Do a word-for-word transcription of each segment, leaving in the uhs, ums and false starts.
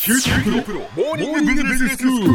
キューティープロモーニングビジネススクール。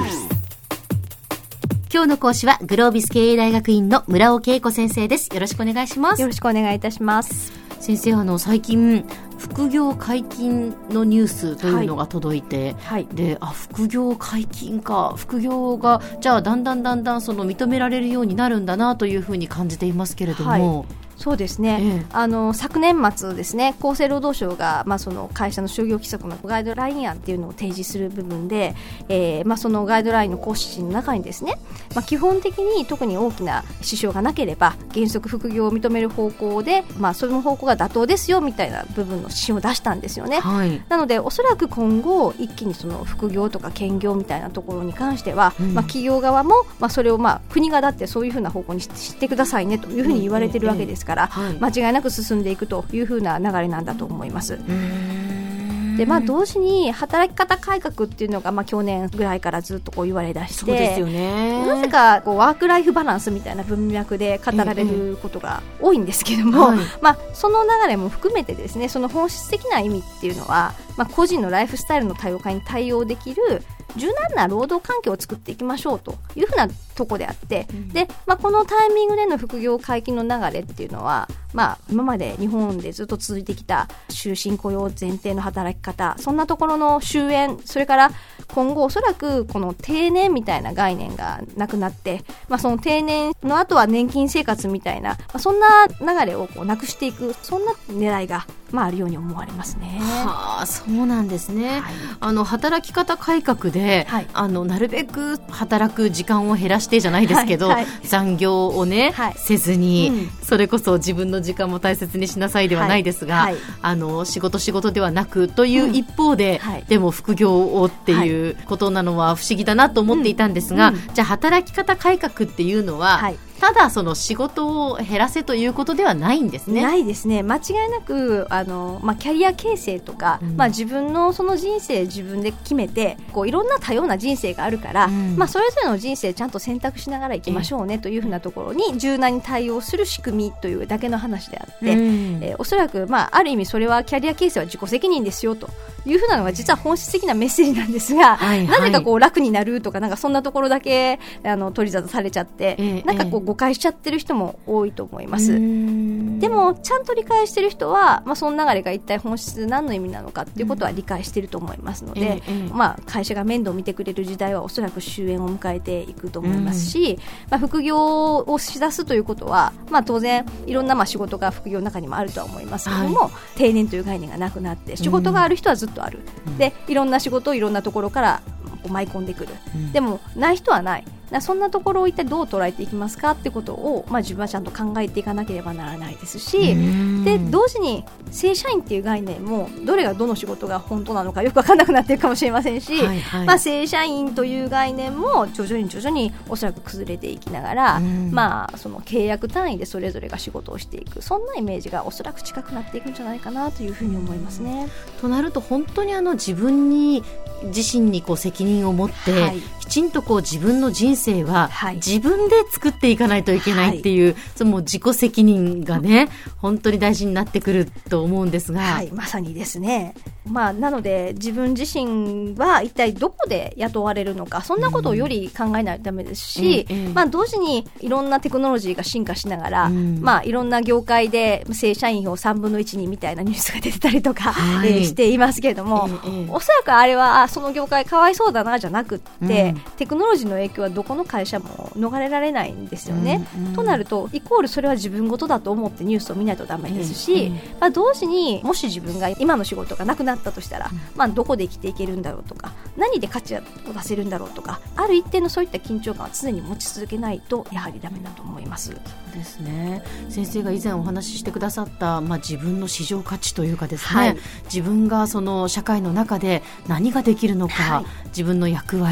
今日の講師はグロービス経営大学院の村尾恵子先生です。よろしくお願いします。 よろしくお願いいたします。 先生、あの最近副業解禁のニュースというのが届いて、はい、であ副業解禁か、副業がじゃあだんだんだんだんその認められるようになるんだなというふうに感じていますけれども、はい、 そうですね、ええ、あの昨年末ですね、厚生労働省が、まあ、その会社の就業規則のガイドライン案っていうのを提示する部分で、えーまあ、そのガイドラインの講師の中にですね、まあ、基本的に特に大きな支障がなければ原則副業を認める方向で、まあ、その方向が妥当ですよみたいな部分の指針を出したんですよね、はい、なのでおそらく今後一気にその副業とか兼業みたいなところに関しては、うんまあ、企業側も、まあ、それを、まあ、国がだってそういうふうな方向にしてくださいねというふうに言われているわけですから、うんええええはい、間違いなく進んでいくというふうな流れなんだと思います。でまあ、同時に働き方改革っていうのが、まあ、去年ぐらいからずっとこう言われ出して、 そうですよね、 なぜかこうワークライフバランスみたいな文脈で語られることが多いんですけども、ええはいまあ、その流れも含めてですね、その本質的な意味っていうのは、まあ、個人のライフスタイルの多様化に対応できる柔軟な労働環境を作っていきましょうというふうなところであって、うんでまあ、このタイミングでの副業解禁の流れっていうのは、まあ、今まで日本でずっと続いてきた終身雇用前提の働き方、そんなところの終焉、それから今後おそらくこの定年みたいな概念がなくなって、まあ、その定年の後は年金生活みたいな、まあ、そんな流れをこうなくしていく、そんな狙いが、まあ、あるように思われますね。 はあ、そうなんですね、はい、あの働き方改革で、はい、あのなるべく働く時間を減らしてじゃないですけど、はいはい、残業をね、はい、せずに、うん、それこそ自分の時間も大切にしなさいではないですが、はいはい、あの仕事仕事ではなくという一方で、うんはい、でも副業をっていうことなのは不思議だなと思っていたんですが、うんうん、じゃあ働き方改革っていうのは、はいただその仕事を減らせということではないんですね。 ないですね。間違いなくあの、まあ、キャリア形成とか、うんまあ、自分のその人生自分で決めてこういろんな多様な人生があるから、うんまあ、それぞれの人生ちゃんと選択しながらいきましょうねというふうなところに柔軟に対応する仕組みというだけの話であって、うんえー、おそらく、まあ、ある意味それはキャリア形成は自己責任ですよというふうなのが実は本質的なメッセージなんですが、はいはい、なぜかこう楽になるとか、なんかそんなところだけあの取り沙汰されちゃって、えー、なんかこう誤解しちゃってる人も多いと思います。でもちゃんと理解してる人は、まあ、その流れが一体本質何の意味なのかっていうことは理解してると思いますので、うんまあ、会社が面倒を見てくれる時代はおそらく終焉を迎えていくと思いますし、まあ、副業をしだすということは、まあ、当然いろんなまあ仕事が副業の中にもあるとは思いますけども、はい、定年という概念がなくなって仕事がある人はずっとある、うん、でいろんな仕事をいろんなところから舞い込んでくる、うん、でもない人はない、そんなところを一体どう捉えていきますかってことを、まあ、自分はちゃんと考えていかなければならないですし、で同時に正社員っていう概念もどれがどの仕事が本当なのかよく分からなくなっているかもしれませんし、はいはいまあ、正社員という概念も徐々に徐々におそらく崩れていきながら、まあ、その契約単位でそれぞれが仕事をしていく、そんなイメージがおそらく近くなっていくんじゃないかなというふうに思いますね。 となると本当にあの自分に自身にこう責任を持って、はい、きちんとこう自分の人生は自分で作っていかないといけないっていう、はい、その自己責任がね本当に大事になってくると思うんですが、 はい、まさにですね。まあ、なので自分自身は一体どこで雇われるのか、そんなことをより考えないとダメですし、うんうんまあ、同時にいろんなテクノロジーが進化しながら、うんまあ、いろんな業界で正社員をさんぶんのいちにみたいなニュースが出てたりとか、はいえー、していますけれども、えー、おそらくあれはその業界かわいそうだなじゃなくって、うん、テクノロジーの影響はどこの会社も逃れられないんですよね、うんうん、となるとイコールそれは自分事だと思ってニュースを見ないとダメですし、うんうんまあ、同時にもし自分が今の仕事がなくなったとしたら、うんまあ、どこで生きていけるんだろうとか、何で価値を出せるんだろうとか、ある一定のそういった緊張感は常に持ち続けないとやはりダメだと思います。 そうですね。先生が以前お話ししてくださった、まあ、自分の市場価値というかですね、はい、自分がその社会の中で何ができるのか、はい、自分の役割、はい、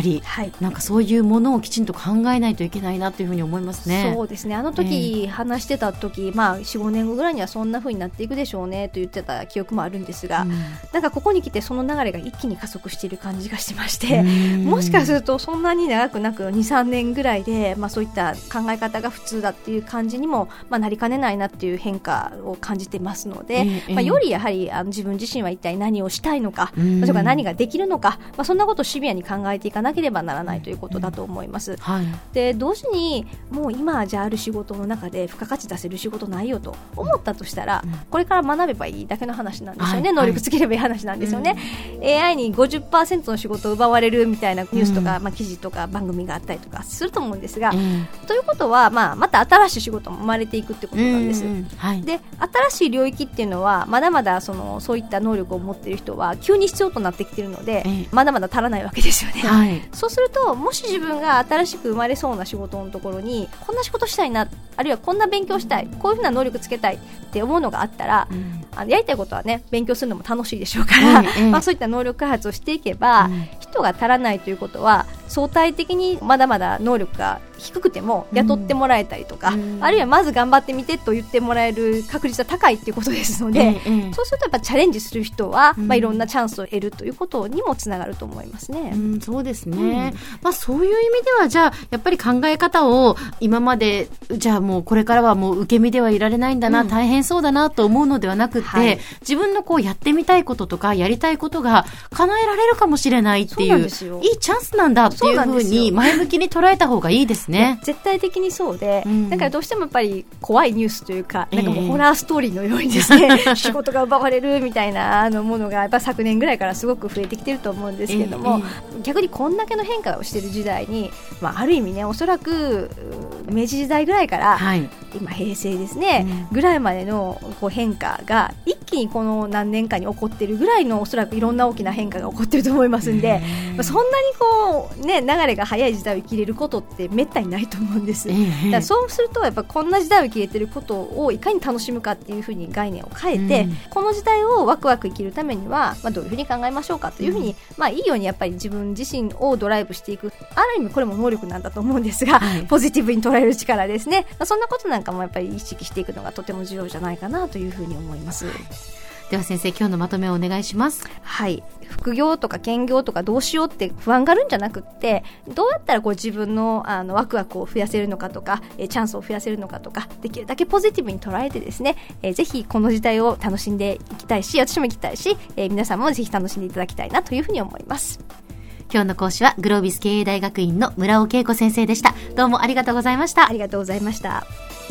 い、なんかそういうものをきちんと考えないといけないなというふうに思いますね。 そうですね、あの時、えー、話してた時、まあ、よん、ごねんごぐらいにはそんな風になっていくでしょうねと言ってた記憶もあるんですが、うん、なんかここに来てその流れが一気に加速している感じがしてまして、もしかするとそんなに長くなくに、さんねんぐらいで、まあ、そういった考え方が普通だっていう感じにも、まあ、なりかねないなっていう変化を感じてますので、えーまあ、よりやはりあの自分自身は一体何をしたいのか、それから何ができるのか、まあ、そんなことをシビアに考えていかなければならないということだと思います、はい、で同時にもう今じゃある仕事の中で付加価値出せる仕事ないよと思ったとしたら、うん、これから学べばいいだけの話なんですよね、はい、能力つければいい話なんですよね、うん、エーアイ に ごじゅっパーセント の仕事を奪われるみたいなニュースとか、うんまあ、記事とか番組があったりとかすると思うんですが、うん、ということは、まあ、また新しい仕事も生まれていくってことなんです、うんうんはい、で新しい領域っていうのはまだまだそのそういった能力を持っている人は急に必要となってきているので、うん、まだまだ足らないわけですよね、はい、そうするともし自分が新しく生まれそうな仕事のところにこんな仕事したいな、あるいはこんな勉強したい、こういうふうな能力つけたいって思うのがあったら、うん、あのやりたいことはね勉強するのも楽しいでしょうから、うんうんまあ、そういった能力開発をしていけば、うん、人が足らないということは相対的にまだまだ能力が低くても雇ってもらえたりとか、うん、あるいはまず頑張ってみてと言ってもらえる確率は高いということですので、うんうん、そうするとやっぱチャレンジする人は、うんまあ、いろんなチャンスを得るということにもつながると思いますね、 うん、そうですね、うんまあ、そういう意味ではじゃあやっぱり考え方を今までじゃあもうこれからはもう受け身ではいられないんだな、うん、大変そうだなと思うのではなくて、はい、自分のこうやってみたいこととかやりたいことが叶えられるかもしれないっていういいチャンスなんだっていうふうに前向きに捉えた方がいいですね。 絶対的にそうで、うん、だからどうしてもやっぱり怖いニュースというか、なんかもうホラーストーリーのようにですね、えー、仕事が奪われるみたいなあのものがやっぱ昨年ぐらいからすごく増えてきてると思うんですけども、えー、逆にこんだけの変化をしている時代に、まあ、ある意味ねおそらく明治時代ぐらいから、はい、今平成ですね、うん、ぐらいまでのこう変化が一気にこの何年かに起こっているぐらいのおそらくいろんな大きな変化が起こっていると思いますんで、まあ、そんなにこう、ね、流れが早い時代を生きれることってめったにないと思うんです、えー、だからそうするとやっぱこんな時代を生きれていることをいかに楽しむかっていうふうに概念を変えて、うん、この時代をワクワク生きるためには、まあ、どういうふうに考えましょうかというふうに、うんまあ、いいようにやっぱり自分自身をドライブしていく、ある意味これも能力なんだと思うんですが、はい、ポジティブに捉える力ですね、まあ、そんなことなんかもやっぱり意識していくのがとても重要じゃないかなというふうに思います、はい。 では先生、今日のまとめをお願いします。 はい、副業とか兼業とかどうしようって不安があるんじゃなくって、どうやったらこう自分 の, あのワクワクを増やせるのかとか、えチャンスを増やせるのかとか、できるだけポジティブに捉えてですね、えぜひこの時代を楽しんでいきたいし、私も行きたいし、え皆さんもぜひ楽しんでいただきたいなというふうに思います。 今日の講師はグロービス経営大学院の村尾恵子先生でした。どうもありがとうございました。 ありがとうございました。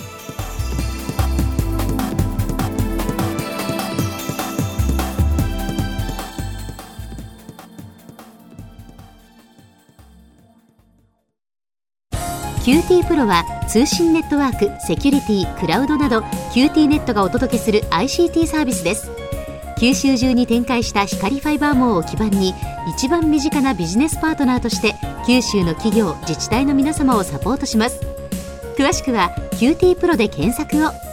キューティー プロは通信ネットワーク、セキュリティ、クラウドなど キューティー ネットがお届けする アイシーティー サービスです。九州中に展開した光ファイバー網を基盤に一番身近なビジネスパートナーとして九州の企業、自治体の皆様をサポートします。詳しくは キューティー プロで検索を。